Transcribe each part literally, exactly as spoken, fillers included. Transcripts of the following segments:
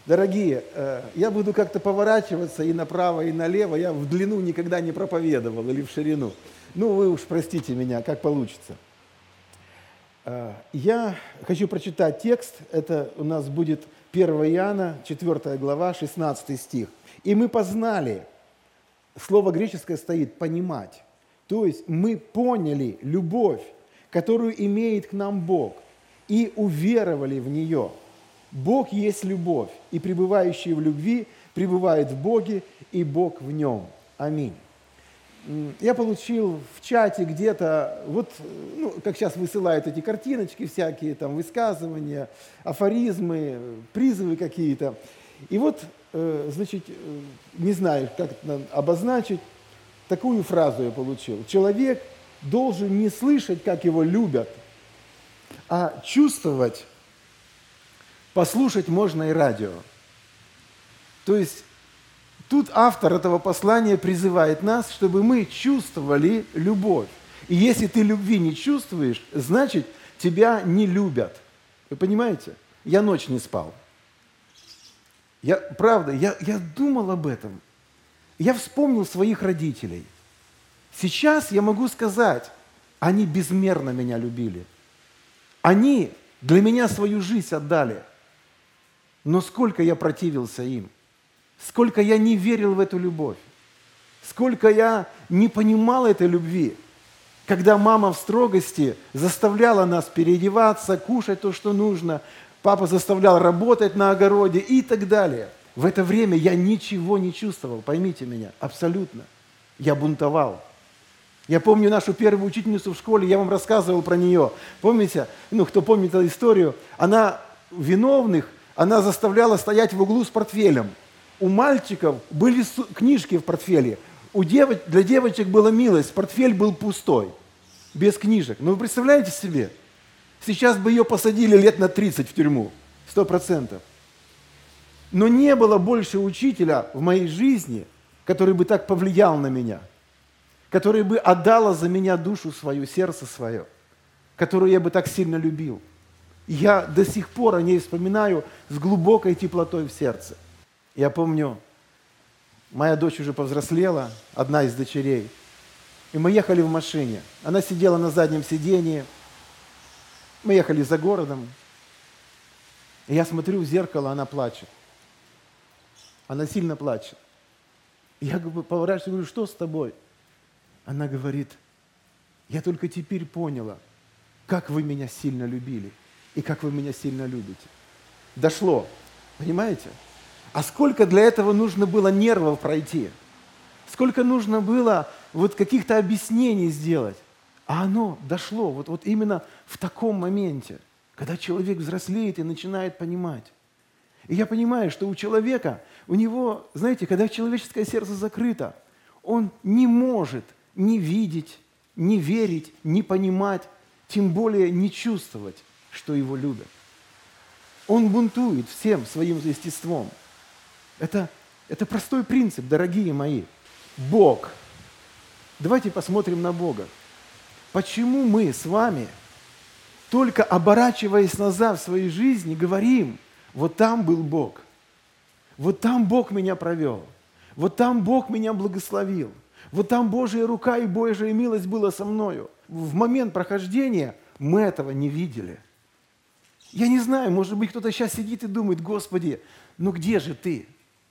Дорогие, я буду как-то поворачиваться и направо, и налево. Я в длину никогда не проповедовал или в ширину. Ну, вы уж простите меня, как получится. Я хочу прочитать текст. Это у нас будет первое Иоанна, четвёртая глава, шестнадцатый стих. «И мы познали». Слово греческое стоит «понимать». То есть мы поняли любовь, которую имеет к нам Бог, и уверовали в нее. Бог есть любовь, и пребывающий в любви пребывает в Боге, и Бог в нем. Аминь. Я получил в чате где-то, вот, ну, как сейчас высылают эти картиночки всякие, там, высказывания, афоризмы, призывы какие-то. И вот, значит, не знаю, как это обозначить, такую фразу я получил. Человек должен не слышать, как его любят, а чувствовать. Послушать можно и радио. То есть тут автор этого послания призывает нас, чтобы мы чувствовали любовь. И если ты любви не чувствуешь, значит, тебя не любят. Вы понимаете? Я ночь не спал. Я, правда, я, я думал об этом. Я вспомнил своих родителей. Сейчас я могу сказать, они безмерно меня любили. Они для меня свою жизнь отдали. Но сколько я противился им, сколько я не верил в эту любовь, сколько я не понимал этой любви, когда мама в строгости заставляла нас переодеваться, кушать то, что нужно, папа заставлял работать на огороде и так далее. В это время я ничего не чувствовал, поймите меня, абсолютно. Я бунтовал. Я помню нашу первую учительницу в школе, я вам рассказывал про нее. Помните, ну, кто помнит эту историю, она виновных, она заставляла стоять в углу с портфелем. У мальчиков были книжки в портфеле, у девоч... для девочек была милость, портфель был пустой, без книжек. Ну, вы представляете себе? Сейчас бы ее посадили лет на тридцать в тюрьму, сто процентов. Но не было больше учителя в моей жизни, который бы так повлиял на меня, который бы отдала за меня душу свою, сердце свое, которую я бы так сильно любил. Я до сих пор о ней вспоминаю с глубокой теплотой в сердце. Я помню, моя дочь уже повзрослела, одна из дочерей, и мы ехали в машине. Она сидела на заднем сидении, мы ехали за городом, и я смотрю в зеркало, она плачет. Она сильно плачет. И я поворачиваюсь и говорю, что с тобой? Она говорит, я только теперь поняла, как вы меня сильно любили. И как вы меня сильно любите. Дошло, понимаете? А сколько для этого нужно было нервов пройти? Сколько нужно было вот каких-то объяснений сделать? А оно дошло вот, вот именно в таком моменте, когда человек взрослеет и начинает понимать. И я понимаю, что у человека, у него, знаете, когда человеческое сердце закрыто, он не может не видеть, не верить, не понимать, тем более не чувствовать, что его любят. Он бунтует всем своим естеством. Это, это простой принцип, дорогие мои. Бог. Давайте посмотрим на Бога. Почему мы с вами, только оборачиваясь назад в своей жизни, говорим, вот там был Бог, вот там Бог меня провел, вот там Бог меня благословил, вот там Божья рука и Божья милость была со мною. В момент прохождения мы этого не видели. Я не знаю, может быть, кто-то сейчас сидит и думает, Господи, ну где же ты?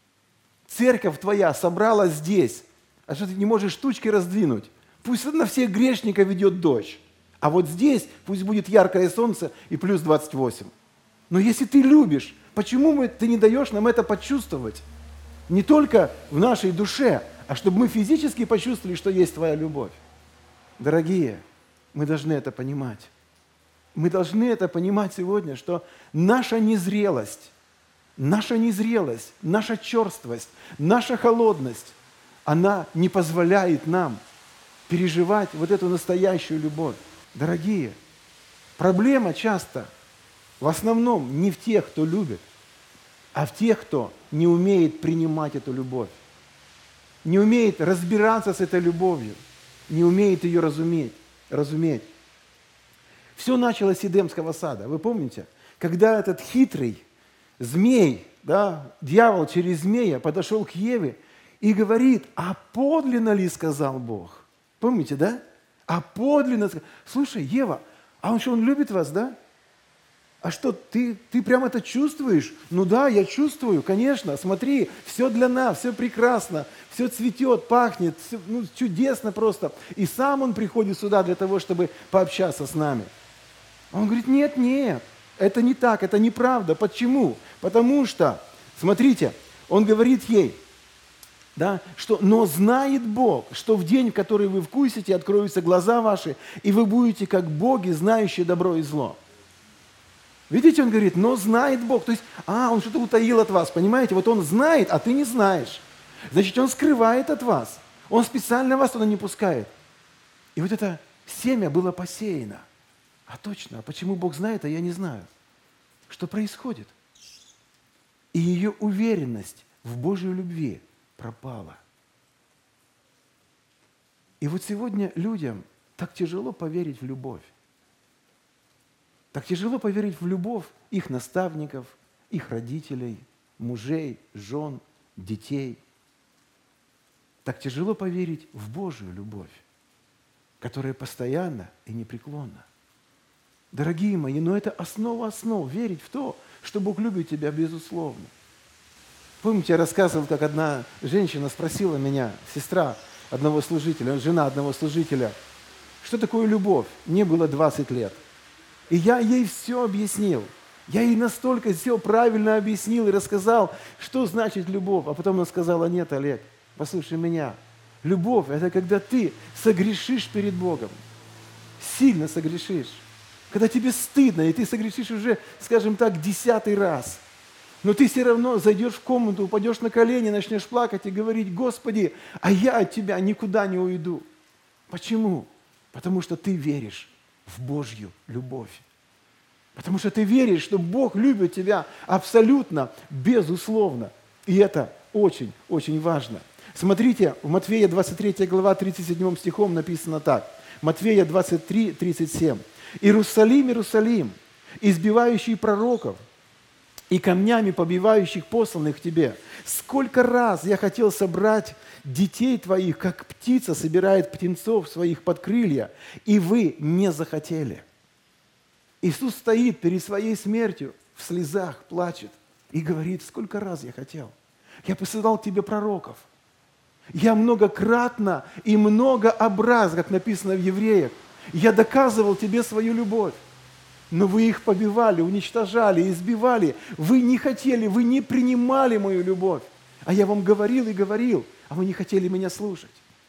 Церковь твоя собралась здесь, а что ты не можешь штучки раздвинуть? Пусть на всех грешников идет дождь, а вот здесь пусть будет яркое солнце и плюс двадцать восемь. Но если ты любишь, почему ты не даешь нам это почувствовать? Не только в нашей душе, а чтобы мы физически почувствовали, что есть твоя любовь. Дорогие, мы должны это понимать. Мы должны это понимать сегодня, что наша незрелость, наша незрелость, наша черствость, наша холодность, она не позволяет нам переживать вот эту настоящую любовь. Дорогие, проблема часто в основном не в тех, кто любит, а в тех, кто не умеет принимать эту любовь, не умеет разбираться с этой любовью, не умеет ее разуметь. разуметь. Все началось с Эдемского сада. Вы помните? Когда этот хитрый змей да, дьявол через змея подошел к Еве и говорит, а подлинно ли сказал Бог? Помните, да? А подлинно сказал. Слушай, Ева, а он что, он любит вас, да? А что, ты, ты прям это чувствуешь? Ну да, я чувствую, конечно. Смотри, все для нас, все прекрасно, все цветет, пахнет, все, ну, чудесно просто. И сам он приходит сюда для того, чтобы пообщаться с нами. Он говорит, нет, нет, это не так, это неправда. Почему? Потому что, смотрите, он говорит ей, да, что, но знает Бог, что в день, в который вы вкусите, откроются глаза ваши, и вы будете как боги, знающие добро и зло. Видите, он говорит, но знает Бог. То есть, а, он что-то утаил от вас, понимаете? Вот он знает, а ты не знаешь. Значит, он скрывает от вас. Он специально вас туда не пускает. И вот это семя было посеяно. А точно, а почему Бог знает, а я не знаю. Что происходит? И ее уверенность в Божьей любви пропала. И вот сегодня людям так тяжело поверить в любовь. Так тяжело поверить в любовь их наставников, их родителей, мужей, жен, детей. Так тяжело поверить в Божию любовь, которая постоянна и непреклонна. Дорогие мои, но это основа основ, верить в то, что Бог любит тебя безусловно. Помните, я рассказывал, как одна женщина спросила меня, сестра одного служителя, жена одного служителя, что такое любовь? Мне было двадцать лет. И я ей все объяснил. Я ей настолько все правильно объяснил и рассказал, что значит любовь. А потом она сказала, нет, Олег, послушай меня. Любовь – это когда ты согрешишь перед Богом. Сильно согрешишь. Когда тебе стыдно, и ты согрешишь уже, скажем так, десятый раз. Но ты все равно зайдешь в комнату, упадешь на колени, начнешь плакать и говорить, Господи, а я от Тебя никуда не уйду. Почему? Потому что ты веришь в Божью любовь. Потому что ты веришь, что Бог любит тебя абсолютно, безусловно. И это очень-очень важно. Смотрите, в Матфея двадцать третья глава, тридцать седьмым стихом написано так. Матфея двадцать три, тридцать семь. «Иерусалим, Иерусалим, избивающий пророков и камнями побивающих посланных к тебе, сколько раз я хотел собрать детей твоих, как птица собирает птенцов своих под крылья, и вы не захотели». Иисус стоит перед своей смертью, в слезах плачет и говорит, сколько раз я хотел. Я посылал к тебе пророков. Я многократно и многообразно, как написано в Евреях, я доказывал тебе свою любовь. Но вы их побивали, уничтожали, избивали. Вы не хотели, вы не принимали мою любовь. А я вам говорил и говорил, а вы не хотели меня слушать.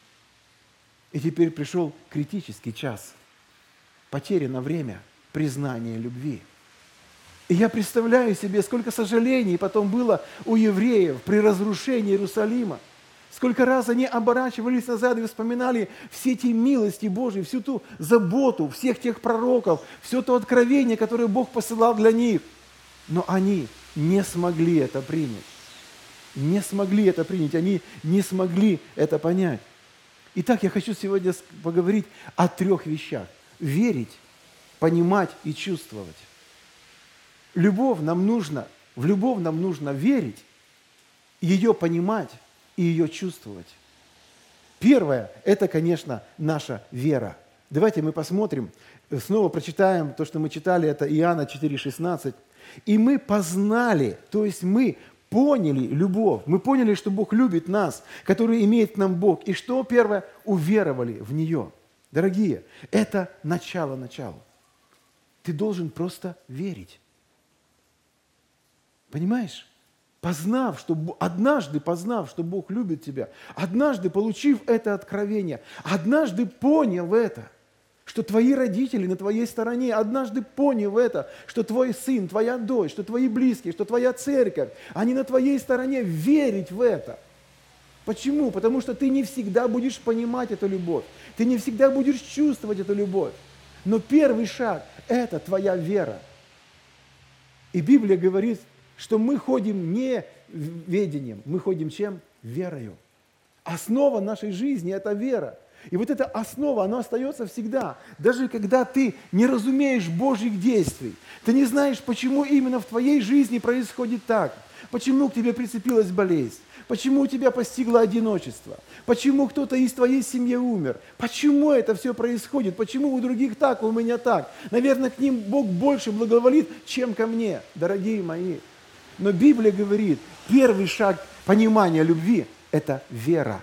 И теперь пришел критический час. Потеряно время признания любви. И я представляю себе, сколько сожалений потом было у евреев при разрушении Иерусалима. Сколько раз они оборачивались назад и вспоминали все те милости Божьи, всю ту заботу всех тех пророков, все то откровение, которое Бог посылал для них. Но они не смогли это принять. Не смогли это принять, они не смогли это понять. Итак, я хочу сегодня поговорить о трех вещах. Верить, понимать и чувствовать. Любовь нам нужно, в любовь нам нужно верить, ее понимать и ее чувствовать. Первое – это, конечно, наша вера. Давайте мы посмотрим, снова прочитаем то, что мы читали, это Иоанна четыре шестнадцать. «И мы познали», то есть мы поняли любовь, мы поняли, что Бог любит нас, который имеет к нам Бог. И что первое? Уверовали в нее. Дорогие, это начало начала. Ты должен просто верить. Понимаешь? Познав, что, однажды познав, что Бог любит тебя, однажды получив это откровение, однажды поняв это, что твои родители на твоей стороне, однажды поняв это, что твой сын, твоя дочь, что твои близкие, что твоя церковь, они на твоей стороне, верить в это. Почему? Потому что ты не всегда будешь понимать эту любовь, ты не всегда будешь чувствовать эту любовь. Но первый шаг – это твоя вера. И Библия говорит, что мы ходим не ведением, мы ходим чем? Верою. Основа нашей жизни – это вера. И вот эта основа, она остается всегда. Даже когда ты не разумеешь Божьих действий, ты не знаешь, почему именно в твоей жизни происходит так. Почему к тебе прицепилась болезнь? Почему тебя постигло одиночество? Почему кто-то из твоей семьи умер? Почему это все происходит? Почему у других так, а у меня так? Наверное, к ним Бог больше благоволит, чем ко мне, дорогие мои. Но Библия говорит, первый шаг понимания любви – это вера.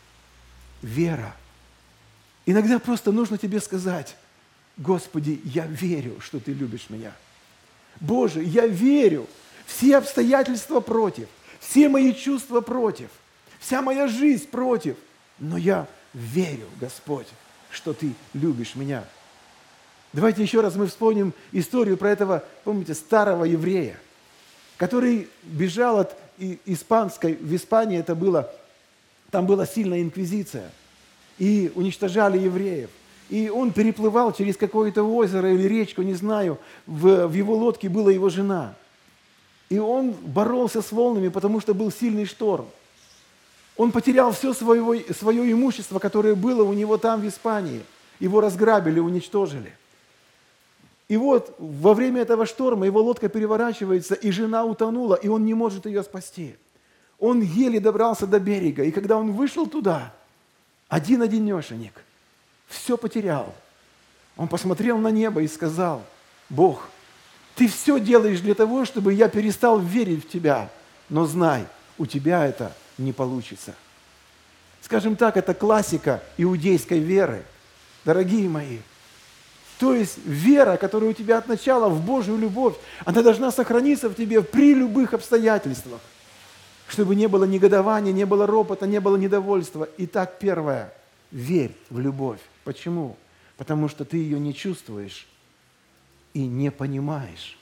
Вера. Иногда просто нужно тебе сказать: Господи, я верю, что Ты любишь меня. Боже, я верю. Все обстоятельства против, все мои чувства против, вся моя жизнь против. Но я верю, Господь, что Ты любишь меня. Давайте еще раз мы вспомним историю про этого, помните, старого еврея, который бежал от испанской, в Испании это было, там была сильная инквизиция, и уничтожали евреев. И он переплывал через какое-то озеро или речку, не знаю, в, в его лодке была его жена. И он боролся с волнами, потому что был сильный шторм. Он потерял все свое, свое имущество, которое было у него там, в Испании. Его разграбили, уничтожили. И вот во время этого шторма его лодка переворачивается, и жена утонула, и он не может ее спасти. Он еле добрался до берега, и когда он вышел туда, один-одинешенек, все потерял. Он посмотрел на небо и сказал: Бог, Ты все делаешь для того, чтобы я перестал верить в Тебя, но знай, у Тебя это не получится. Скажем так, это классика иудейской веры, дорогие мои. То есть вера, которая у тебя от начала в Божью любовь, она должна сохраниться в тебе при любых обстоятельствах, чтобы не было негодования, не было ропота, не было недовольства. Итак, первое – верь в любовь. Почему? Потому что ты ее не чувствуешь и не понимаешь.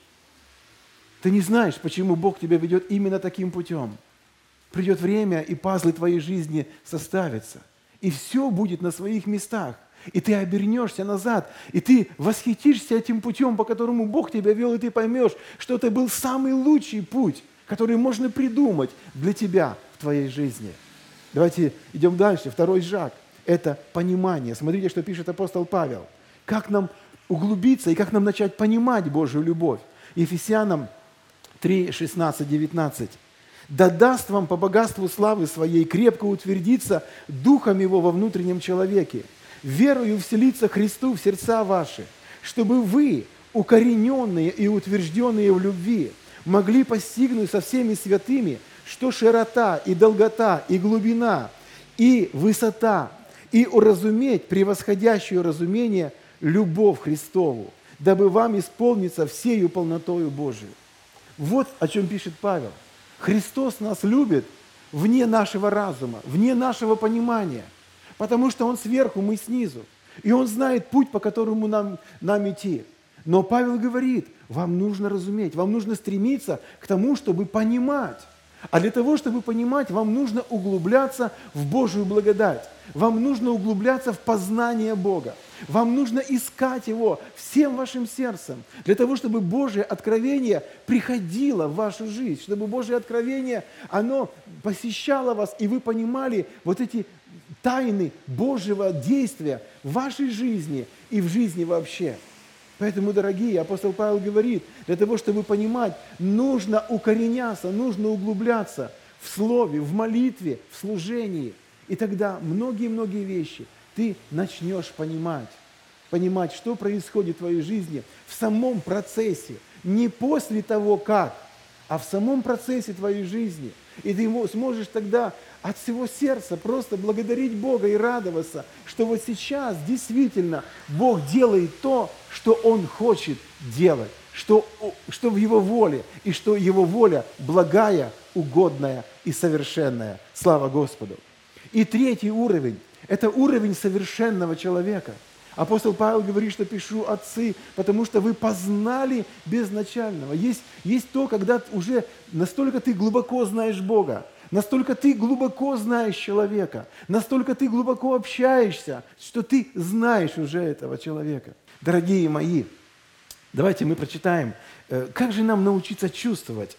Ты не знаешь, почему Бог тебя ведет именно таким путем. Придет время, и пазлы твоей жизни составятся, и все будет на своих местах. И ты обернешься назад, и ты восхитишься этим путем, по которому Бог тебя вел, и ты поймешь, что это был самый лучший путь, который можно придумать для тебя в твоей жизни. Давайте идем дальше. Второй шаг – это понимание. Смотрите, что пишет апостол Павел. Как нам углубиться и как нам начать понимать Божью любовь. Ефесянам три, шестнадцать, девятнадцать. «Да даст вам по богатству славы своей крепко утвердиться духом Его во внутреннем человеке, верою вселиться Христу в сердца ваши, чтобы вы, укорененные и утвержденные в любви, могли постигнуть со всеми святыми, что широта и долгота и глубина и высота, и уразуметь превосходящее разумение любовь Христову, дабы вам исполниться всею полнотою Божию». Вот о чем пишет Павел. Христос нас любит вне нашего разума, вне нашего понимания, потому что Он сверху, мы снизу. И Он знает путь, по которому нам, нам идти. Но Павел говорит, вам нужно разуметь, вам нужно стремиться к тому, чтобы понимать. А для того, чтобы понимать, вам нужно углубляться в Божию благодать. Вам нужно углубляться в познание Бога. Вам нужно искать Его всем вашим сердцем, для того, чтобы Божие откровение приходило в вашу жизнь, чтобы Божие откровение, оно посещало вас, и вы понимали вот эти тайны Божьего действия в вашей жизни и в жизни вообще. Поэтому, дорогие, апостол Павел говорит, для того, чтобы понимать, нужно укореняться, нужно углубляться в слове, в молитве, в служении. И тогда многие-многие вещи ты начнешь понимать. Понимать, что происходит в твоей жизни в самом процессе. Не после того, как, а в самом процессе твоей жизни. И ты сможешь тогда от всего сердца просто благодарить Бога и радоваться, что вот сейчас действительно Бог делает то, что Он хочет делать, что, что в Его воле, и что Его воля благая, угодная и совершенная. Слава Господу! И третий уровень – это уровень совершенного человека. Апостол Павел говорит, что пишу отцы, потому что вы познали безначального. Есть, есть то, когда уже настолько ты глубоко знаешь Бога, настолько ты глубоко знаешь человека, настолько ты глубоко общаешься, что ты знаешь уже этого человека. Дорогие мои, давайте мы прочитаем, как же нам научиться чувствовать.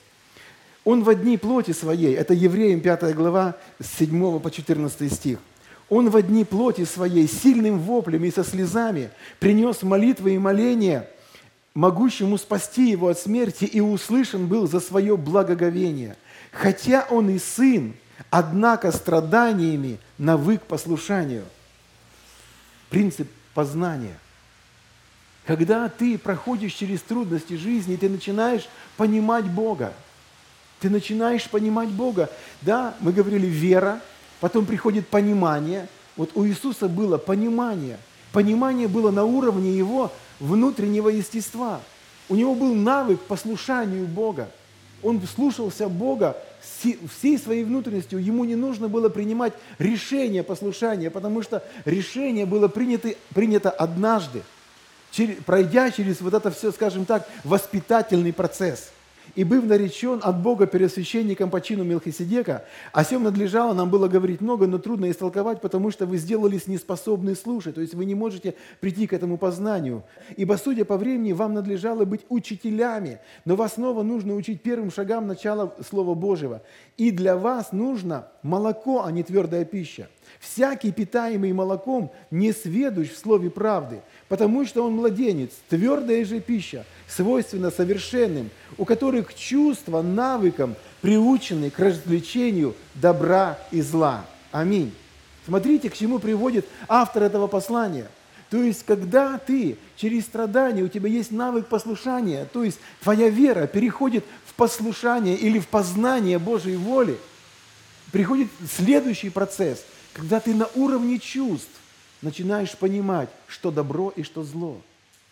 Он во дни плоти своей, это Евреям пятая глава, с седьмого по четырнадцатый стих. Он во дни плоти своей сильным воплем и со слезами принес молитвы и моления могущему спасти его от смерти, и услышан был за свое благоговение. Хотя он и сын, однако страданиями навык послушанию. Принцип познания. Когда ты проходишь через трудности жизни, ты начинаешь понимать Бога. Ты начинаешь понимать Бога. Да, мы говорили вера, потом приходит понимание. Вот у Иисуса было понимание. Понимание было на уровне его внутреннего естества. У него был навык послушанию Бога. Он слушался Бога всей своей внутренностью. Ему не нужно было принимать решение послушания, потому что решение было принято, принято однажды, пройдя через вот это все, скажем так, воспитательный процесс. И быв наречен от Бога первосвященником по чину Мелхиседека, о сем надлежало нам было говорить много, но трудно истолковать, потому что вы сделались неспособны слушать, то есть вы не можете прийти к этому познанию. Ибо, судя по времени, вам надлежало быть учителями, но вас снова нужно учить первым шагам начала Слова Божьего. И для вас нужно молоко, а не твердая пища. Всякий, питаемый молоком, не сведущ в слове правды, потому что он младенец, твердая же пища, свойственна совершенным, у которых чувства навыком приучены к развлечению добра и зла. Аминь. Смотрите, к чему приводит автор этого послания. То есть, когда ты через страдания, у тебя есть навык послушания, то есть твоя вера переходит в послушание или в познание Божьей воли, приходит следующий процесс, когда ты на уровне чувств начинаешь понимать, что добро и что зло.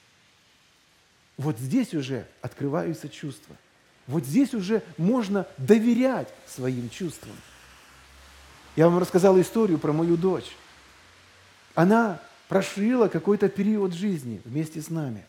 Вот здесь уже открываются чувства. Вот здесь уже можно доверять своим чувствам. Я вам рассказал историю про мою дочь. Она прошила какой-то период жизни вместе с нами.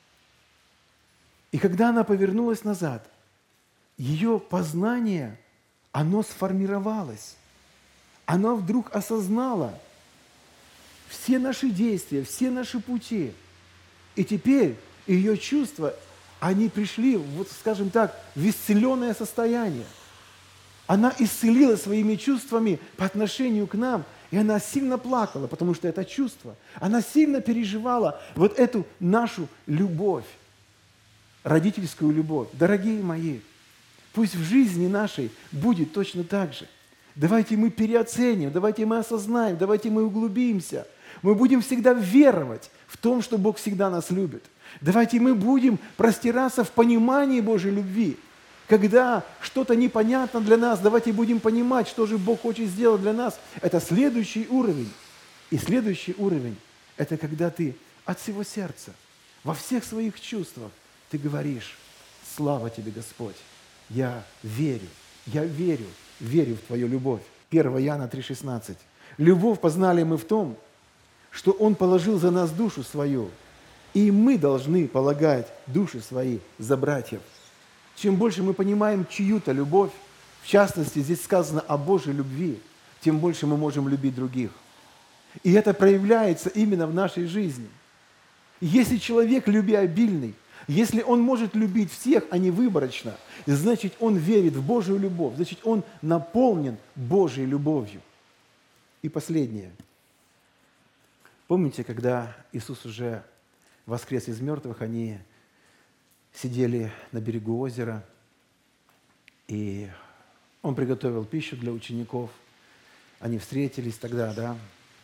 И когда она повернулась назад, ее познание, оно сформировалось. Она вдруг осознала все наши действия, все наши пути. И теперь ее чувства, они пришли, вот скажем так, в исцеленное состояние. Она исцелила своими чувствами по отношению к нам, и она сильно плакала, потому что это чувство. Она сильно переживала вот эту нашу любовь, родительскую любовь. Дорогие мои, пусть в жизни нашей будет точно так же. Давайте мы переоценим, давайте мы осознаем, давайте мы углубимся. Мы будем всегда веровать в том, что Бог всегда нас любит. Давайте мы будем простираться в понимании Божьей любви. Когда что-то непонятно для нас, давайте будем понимать, что же Бог хочет сделать для нас. Это следующий уровень. И следующий уровень – это когда ты от всего сердца, во всех своих чувствах, ты говоришь: слава тебе, Господь, я верю, я верю, верю в Твою любовь. первое Иоанна три шестнадцать. Любовь познали мы в том, что Он положил за нас душу свою, и мы должны полагать души свои за братьев. Чем больше мы понимаем чью-то любовь, в частности, здесь сказано о Божьей любви, тем больше мы можем любить других. И это проявляется именно в нашей жизни. Если человек любвеобильный, если он может любить всех, а не выборочно, значит, он верит в Божью любовь, значит, он наполнен Божьей любовью. И последнее. Помните, когда Иисус уже воскрес из мертвых, они сидели на берегу озера, и Он приготовил пищу для учеников. Они встретились тогда, да.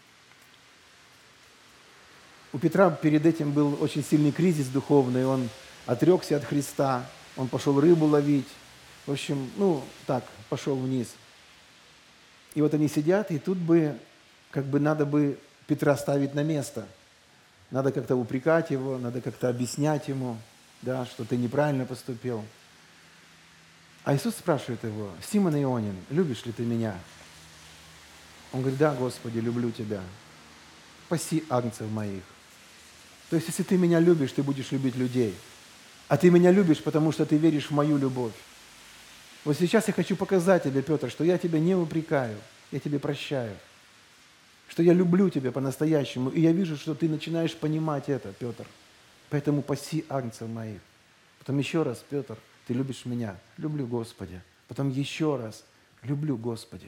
У Петра перед этим был очень сильный кризис духовный, он отрекся от Христа, он пошел рыбу ловить. В общем, ну, так, пошел вниз. И вот они сидят, и тут бы, как бы надо бы Петра ставить на место. Надо как-то упрекать его, надо как-то объяснять ему, да, что ты неправильно поступил. А Иисус спрашивает его: Симон Ионин, любишь ли ты меня? Он говорит: да, Господи, люблю тебя. Паси агнцев моих. То есть, если ты меня любишь, ты будешь любить людей. А ты меня любишь, потому что ты веришь в мою любовь. Вот сейчас я хочу показать тебе, Петр, что я тебя не упрекаю, я тебе прощаю. Что я люблю тебя по-настоящему. И я вижу, что ты начинаешь понимать это, Петр. Поэтому паси агнцев моих. Потом еще раз: Петр, ты любишь меня? Люблю, Господи. Потом еще раз: люблю, Господи.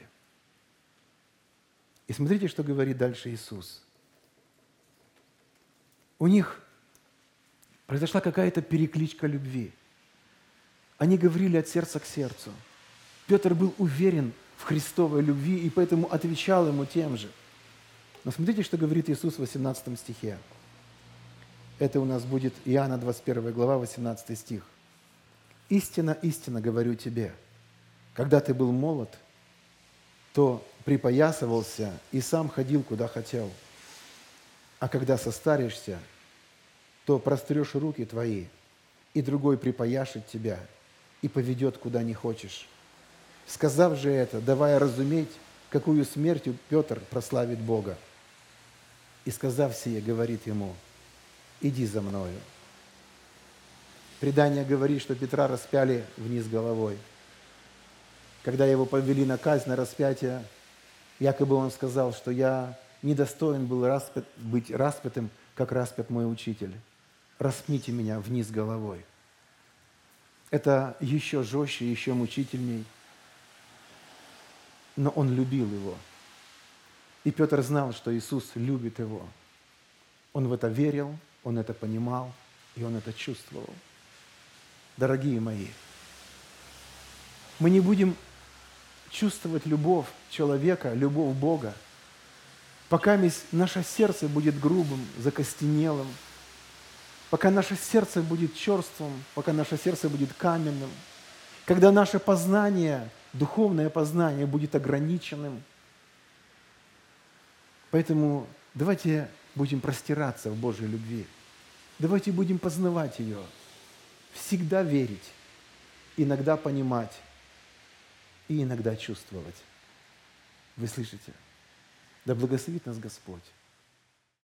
И смотрите, что говорит дальше Иисус. У них Произошла какая-то перекличка любви. Они говорили от сердца к сердцу. Петр был уверен в Христовой любви и поэтому отвечал ему тем же. Но смотрите, что говорит Иисус в восемнадцатом стихе. Это у нас будет Иоанна двадцать первая глава, восемнадцатый стих. «Истинно, истинно говорю тебе, когда ты был молод, то припоясывался и сам ходил, куда хотел. А когда состаришься, то прострешь руки твои, и другой припояшет тебя и поведет, куда не хочешь. Сказав же это, давая разуметь, какую смертью Петр прославит Бога. И сказав сие, говорит ему: иди за мною». Предание говорит, что Петра распяли вниз головой. Когда его повели на казнь, на распятие, якобы он сказал, что я недостоин был распят, быть распятым, как распят мой учитель. Распните меня вниз головой. Это еще жестче, еще мучительней. Но он любил его. И Петр знал, что Иисус любит его. Он в это верил, он это понимал, и он это чувствовал. Дорогие мои, мы не будем чувствовать любовь человека, любовь Бога, пока наше сердце будет грубым, закостенелым, пока наше сердце будет черствым, пока наше сердце будет каменным, когда наше познание, духовное познание будет ограниченным. Поэтому давайте будем простираться в Божьей любви. Давайте будем познавать ее, всегда верить, иногда понимать и иногда чувствовать. Вы слышите? Да благословит нас Господь.